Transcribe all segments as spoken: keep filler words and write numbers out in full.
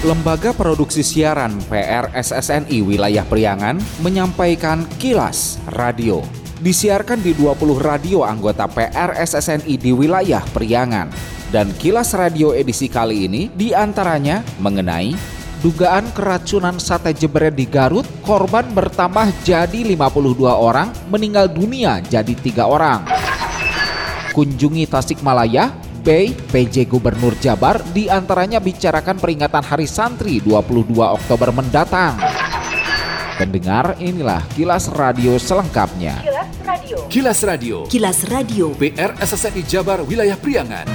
Lembaga Produksi Siaran P R S S N I Wilayah Priangan menyampaikan Kilas Radio. Disiarkan di dua puluh radio anggota P R S S N I di wilayah Priangan. Dan Kilas Radio edisi kali ini diantaranya mengenai dugaan keracunan sate jebret di Garut, korban bertambah jadi lima puluh dua orang, meninggal dunia jadi tiga orang. Kunjungi Tasikmalaya, B, P J Gubernur Jabar diantaranya bicarakan peringatan Hari Santri dua puluh dua Oktober mendatang. Pendengar, inilah Kilas Radio selengkapnya. Kilas Radio. Kilas Radio. Kilas Radio. P R S S N I Jabar Wilayah Priangan.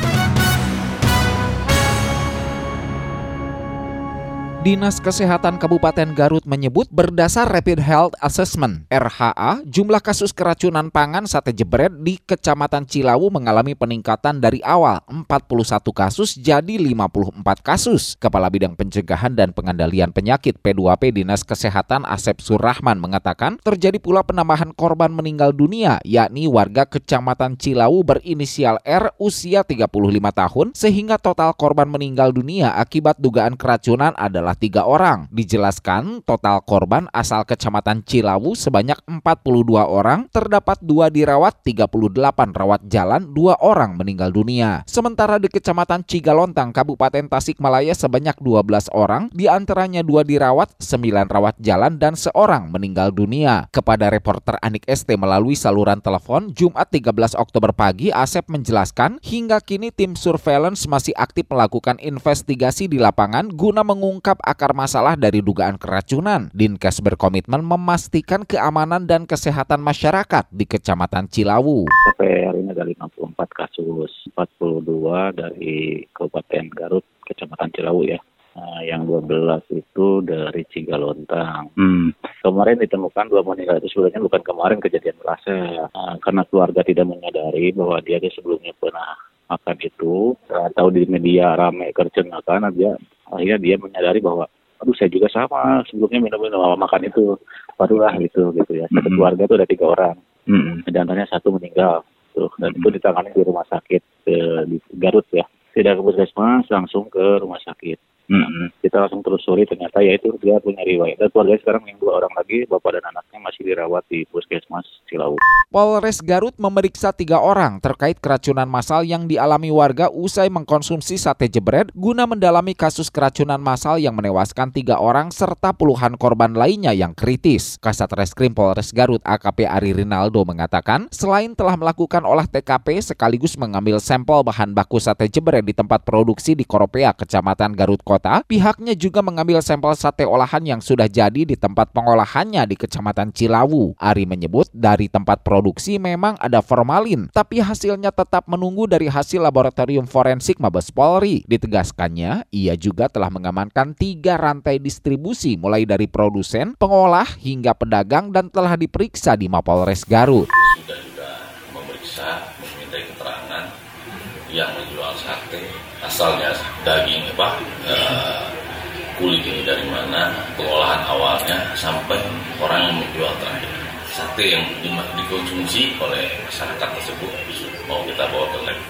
Dinas Kesehatan Kabupaten Garut menyebut berdasar Rapid Health Assessment R H A, jumlah kasus keracunan pangan sate jebret di Kecamatan Cilawu mengalami peningkatan dari awal empat puluh satu kasus jadi lima puluh empat kasus. Kepala Bidang Pencegahan dan Pengendalian Penyakit P dua P Dinas Kesehatan Asep Surrahman mengatakan terjadi pula penambahan korban meninggal dunia, yakni warga Kecamatan Cilawu berinisial R usia tiga puluh lima tahun, sehingga total korban meninggal dunia akibat dugaan keracunan adalah tiga orang. Dijelaskan total korban asal Kecamatan Cilawu sebanyak empat puluh dua orang, terdapat dua dirawat, tiga puluh delapan rawat jalan, dua orang meninggal dunia. Sementara di Kecamatan Cigalontang, Kabupaten Tasikmalaya sebanyak dua belas orang, diantaranya dua dirawat, sembilan rawat jalan, dan seorang meninggal dunia. Kepada reporter Anik S T melalui saluran telepon, Jumat tiga belas Oktober pagi, Asep menjelaskan hingga kini tim surveillance masih aktif melakukan investigasi di lapangan guna mengungkap akar masalah dari dugaan keracunan. Dinkes berkomitmen memastikan keamanan dan kesehatan masyarakat di Kecamatan Cilawu. Sampai hari ini ada lima puluh empat kasus, empat puluh dua dari Kabupaten Garut, Kecamatan Cilawu ya. Nah, yang dua belas itu dari Cigalontang. Hmm. Kemarin ditemukan dua meninggal itu sebenarnya bukan kemarin kejadian berasa. Nah, karena keluarga tidak menyadari bahwa dia, dia sebelumnya pernah makan itu, atau di media ramai kercenakan, dia akhirnya dia menyadari bahwa aduh saya juga sama sebelumnya minum-minum makan itu, barulah gitu gitu ya. Satu mm-hmm. keluarga itu ada tiga orang, mm-hmm. dan antaranya satu meninggal tuh, dan mm-hmm. itu ditangani di rumah sakit eh, di Garut ya. Tidak ke puskesmas, langsung ke rumah sakit. Mm-hmm. Kita langsung telusuri, ternyata ya itu dia punya riwayat. Dan keluarga sekarang yang dua orang lagi, bapak dan anaknya masih dirawat di puskesmas Cilawu. Polres Garut memeriksa tiga orang terkait keracunan massal yang dialami warga usai mengkonsumsi sate jebret guna mendalami kasus keracunan massal yang menewaskan tiga orang serta puluhan korban lainnya yang kritis. Kasat Reskrim Polres Garut A K P Ari Rinaldo mengatakan selain telah melakukan olah T K P sekaligus mengambil sampel bahan baku sate jebret di tempat produksi di Koropea, Kecamatan Garut Kota, pihaknya juga mengambil sampel sate olahan yang sudah jadi di tempat pengolahannya di Kecamatan Cilawu. Ari menyebut dari tempat produksi memang ada formalin, tapi hasilnya tetap menunggu dari hasil laboratorium forensik Mabes Polri. Ditegaskannya, ia juga telah mengamankan tiga rantai distribusi mulai dari produsen, pengolah, hingga pedagang dan telah diperiksa di Mapolres Garut. Sudah juga memeriksa, meminta keterangan yang menjual sate, asalnya daging apa, uh, kulit ini dari mana, pengolahan awalnya sampai orang yang menjual terakhir. Sate yang dikonsumsi oleh masyarakat tersebut mau kita bawa ke lab.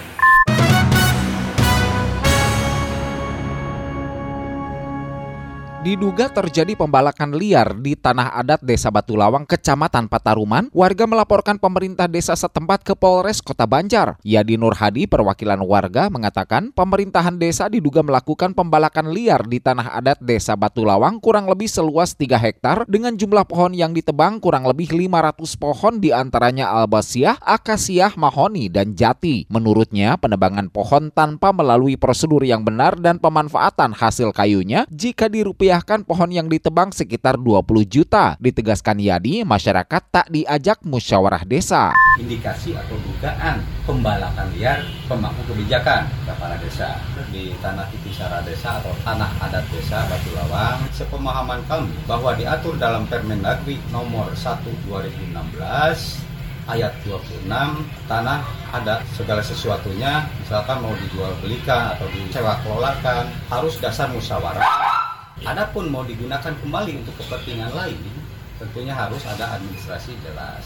Diduga terjadi pembalakan liar di tanah adat Desa Batu Lawang, Kecamatan Pataruman. Warga melaporkan pemerintah desa setempat ke Polres Kota Banjar. Yadi Nur Hadi, perwakilan warga, mengatakan pemerintahan desa diduga melakukan pembalakan liar di tanah adat Desa Batu Lawang kurang lebih seluas tiga hektar dengan jumlah pohon yang ditebang kurang lebih lima ratus pohon, diantaranya albasiah, akasiah, mahoni, dan jati. Menurutnya, penebangan pohon tanpa melalui prosedur yang benar dan pemanfaatan hasil kayunya jika dirupiah pohon yang ditebang sekitar dua puluh juta. Ditegaskan Yadi, masyarakat tak diajak musyawarah desa. Indikasi atau dugaan pembalakan liar pemangku kebijakan kepala desa di tanah Itisara Desa atau tanah adat Desa Batu Lawang. Sepemahaman kami bahwa diatur dalam Permendagri nomor satu dua ribu enam belas ayat dua puluh enam, tanah ada segala sesuatunya, misalkan mau dijual belikan atau disewa kelolakan, harus dasar musyawarah. Adapun mau digunakan kembali untuk kepentingan lain, tentunya harus ada administrasi jelas.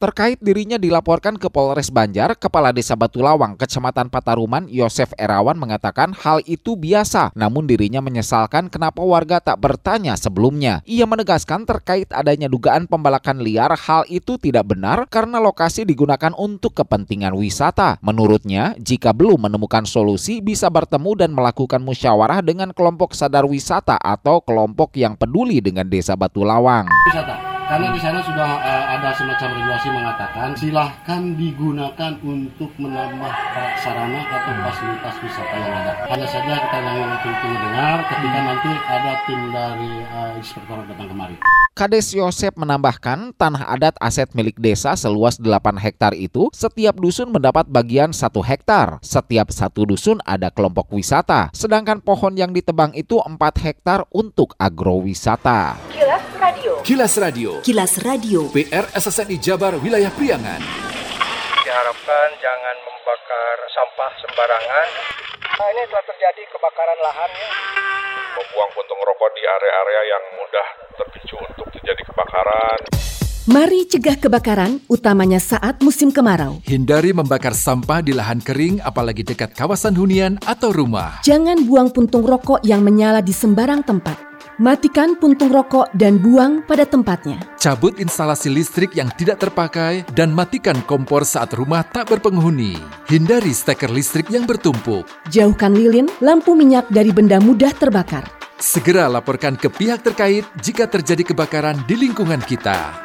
Terkait dirinya dilaporkan ke Polres Banjar, Kepala Desa Batulawang, Kecamatan Pataruman, Yosef Erawan mengatakan hal itu biasa, namun dirinya menyesalkan kenapa warga tak bertanya sebelumnya. Ia menegaskan terkait adanya dugaan pembalakan liar, hal itu tidak benar karena lokasi digunakan untuk kepentingan wisata. Menurutnya, jika belum menemukan solusi, bisa bertemu dan melakukan musyawarah dengan kelompok sadar wisata atau kelompok yang peduli dengan Desa Batulawang. Wisata, karena di sana sudah uh, ada semacam regulasi mengatakan silahkan digunakan untuk menambah sarana atau fasilitas wisata yang ada. Hanya saja kita yang tunggu dengar ketika nanti ada tim dari uh, inspektor datang kemari. Kades Yosep menambahkan, tanah adat aset milik desa seluas delapan hektar itu, setiap dusun mendapat bagian satu hektar. Setiap satu dusun ada kelompok wisata, sedangkan pohon yang ditebang itu empat hektar untuk agrowisata. Kilas Radio. Kilas Radio. Kilas Radio. P R S S N I Jabar Wilayah Priangan. Diharapkan jangan membakar sampah sembarangan. Nah, ini telah terjadi kebakaran lahan ya. Membuang puntung rokok di area-area yang mudah terpicu untuk terjadi kebakaran. Mari cegah kebakaran, utamanya saat musim kemarau. Hindari membakar sampah di lahan kering, apalagi dekat kawasan hunian atau rumah. Jangan buang puntung rokok yang menyala di sembarang tempat. Matikan puntung rokok dan buang pada tempatnya. Cabut instalasi listrik yang tidak terpakai dan matikan kompor saat rumah tak berpenghuni. Hindari steker listrik yang bertumpuk. Jauhkan lilin, lampu minyak dari benda mudah terbakar. Segera laporkan ke pihak terkait jika terjadi kebakaran di lingkungan kita.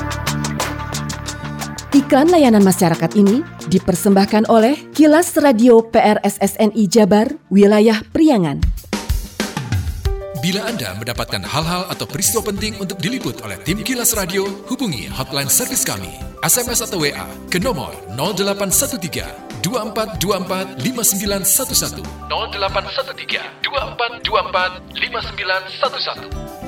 Iklan layanan masyarakat ini dipersembahkan oleh Kilas Radio P R S S N I Jabar, Wilayah Priangan. Bila Anda mendapatkan hal-hal atau peristiwa penting untuk diliput oleh tim Kilas Radio, hubungi hotline servis kami, S M S atau W A ke nomor nol delapan satu tiga dua empat dua empat lima sembilan satu satu nol delapan satu tiga dua empat dua empat lima sembilan satu satu.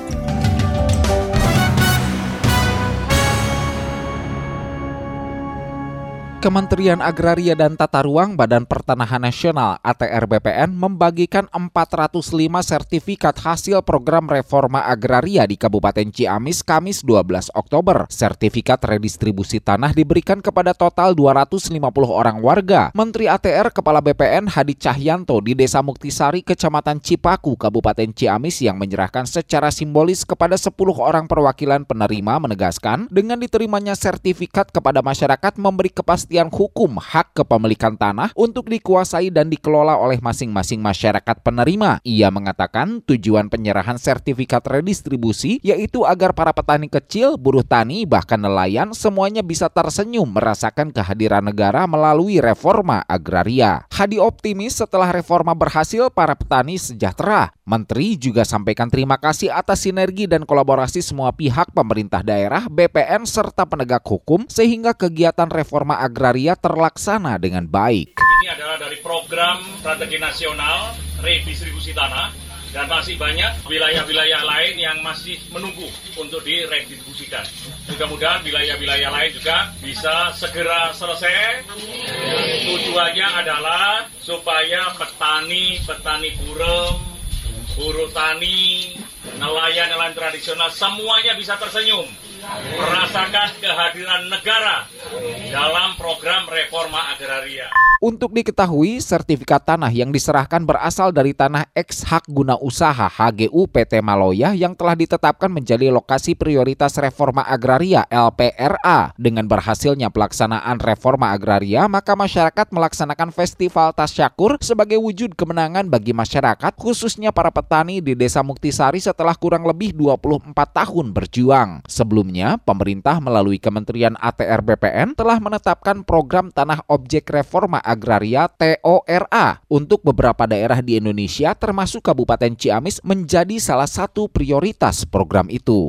Kementerian Agraria dan Tata Ruang Badan Pertanahan Nasional A T R B P N membagikan empat ratus lima sertifikat hasil program reforma agraria di Kabupaten Ciamis Kamis dua belas Oktober. Sertifikat redistribusi tanah diberikan kepada total dua ratus lima puluh orang warga. Menteri A T R Kepala B P N Hadi Cahyanto di Desa Muktisari, Kecamatan Cipaku, Kabupaten Ciamis yang menyerahkan secara simbolis kepada sepuluh orang perwakilan penerima menegaskan dengan diterimanya sertifikat kepada masyarakat memberi kepastian hukum hak kepemilikan tanah untuk dikuasai dan dikelola oleh masing-masing masyarakat penerima. Ia mengatakan tujuan penyerahan sertifikat redistribusi yaitu agar para petani kecil, buruh tani, bahkan nelayan semuanya bisa tersenyum merasakan kehadiran negara melalui reforma agraria. Hadi optimis setelah reforma berhasil para petani sejahtera. Menteri juga sampaikan terima kasih atas sinergi dan kolaborasi semua pihak pemerintah daerah, B P N, serta penegak hukum sehingga kegiatan reforma agraria terlaksana dengan baik. Ini adalah dari program strategi nasional redistribusi tanah dan masih banyak wilayah-wilayah lain yang masih menunggu untuk diredistribusikan. Mudah-mudahan wilayah-wilayah lain juga bisa segera selesai. Tujuannya adalah supaya petani-petani burem, buruh tani, nelayan-nelayan tradisional semuanya bisa tersenyum merasakan kehadiran negara dalam program reforma agraria. Untuk diketahui, sertifikat tanah yang diserahkan berasal dari tanah eks hak guna usaha H G U P T Maloya yang telah ditetapkan menjadi lokasi prioritas reforma agraria L P R A. Dengan berhasilnya pelaksanaan reforma agraria, maka masyarakat melaksanakan festival tasyakur sebagai wujud kemenangan bagi masyarakat, khususnya para petani di Desa Muktisari setelah kurang lebih dua puluh empat tahun berjuang. Sebelumnya, pemerintah melalui Kementerian A T R B P N telah menetapkan program Tanah Objek Reforma Agraria T O R A untuk beberapa daerah di Indonesia termasuk Kabupaten Ciamis menjadi salah satu prioritas program itu.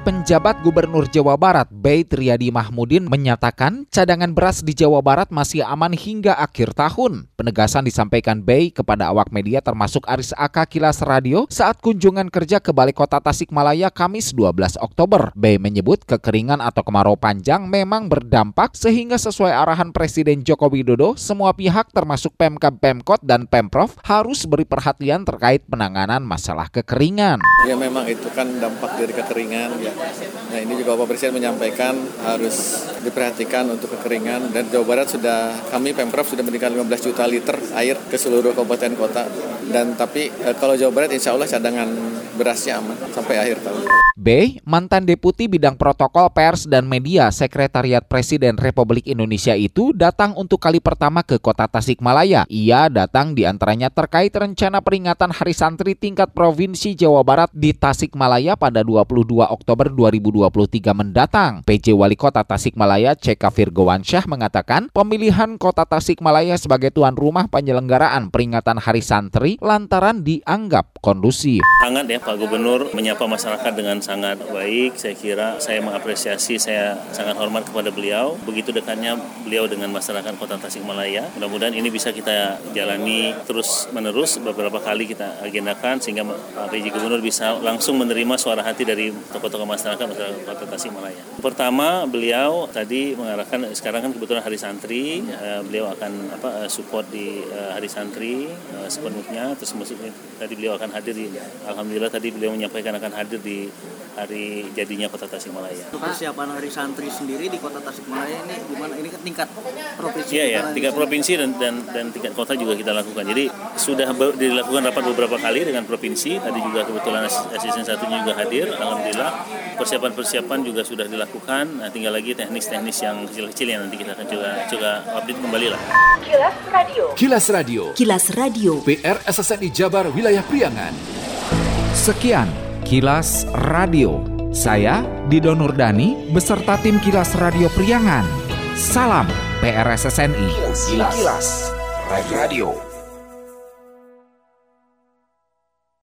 Penjabat Gubernur Jawa Barat, B. Triadi Mahmudin, menyatakan cadangan beras di Jawa Barat masih aman hingga akhir tahun. Penegasan disampaikan B. kepada awak media termasuk Aris Aka Kilas Radio saat kunjungan kerja ke Balai Kota Tasikmalaya Kamis dua belas Oktober. B. menyebut kekeringan atau kemarau panjang memang berdampak sehingga sesuai arahan Presiden Joko Widodo, semua pihak termasuk Pemkab, Pemkot, dan Pemprov harus beri perhatian terkait penanganan masalah kekeringan. Ya memang itu kan dampak dari kekeringan ya. Nah ini juga Bapak Presiden menyampaikan harus diperhatikan untuk kekeringan, dan Jawa Barat sudah, kami Pemprov sudah memberikan lima belas juta liter air ke seluruh kabupaten kota, dan tapi eh, kalau Jawa Barat insya Allah cadangan berasnya aman sampai akhir tahun. B. Mantan Deputi Bidang Protokol Pers dan Media Sekretariat Presiden Republik Indonesia itu datang untuk kali pertama ke kota Tasikmalaya. Ia datang diantaranya terkait rencana peringatan Hari Santri tingkat Provinsi Jawa Barat di Tasikmalaya pada dua puluh dua Oktober dua ribu dua puluh tiga mendatang. P J Wali Kota Tasikmalaya C K Virgowansyah mengatakan pemilihan kota Tasikmalaya sebagai tuan rumah penyelenggaraan peringatan Hari Santri lantaran dianggap kondusif. Hangat ya Pak Gubernur menyapa masyarakat dengan sangat baik. Saya kira saya mengapresiasi, saya sangat hormat kepada beliau. Begitu dekatnya beliau dengan masyarakat kota Tasikmalaya. Mudah-mudahan ini bisa kita jalani terus menerus, beberapa kali kita agendakan sehingga Pak P J Gubernur bisa langsung menerima suara hati dari tokoh-tokoh masyarakat masyarakat kota Tasikmalaya. Pertama, beliau tadi mengarahkan sekarang kan kebetulan Hari Santri, uh, beliau akan apa uh, support di uh, Hari Santri uh, sepenuhnya. Terus maksudnya tadi beliau akan hadir di, alhamdulillah tadi beliau menyampaikan akan hadir di hari jadinya kota Tasikmalaya. Persiapan Hari Santri sendiri di kota Tasikmalaya ini gimana? Ini kan tingkat provinsi. Iya ya, tingkat provinsi dan, dan dan tingkat kota juga kita lakukan. Jadi sudah ber, dilakukan rapat beberapa kali dengan provinsi. Tadi juga kebetulan asisten satunya juga hadir. Alhamdulillah persiapan-persiapan juga sudah dilakukan. Nah, tinggal lagi teknis-teknis yang kecil-kecil yang nanti kita akan juga coba update kembali lah. Kilas Radio. Kilas Radio. Kilas Radio. P R S S N I Jabar Wilayah Priangan. Sekian Kilas Radio. Saya Dido Nurdani beserta tim Kilas Radio Priangan. Salam P R S S N I. Kilas, Kilas Radio.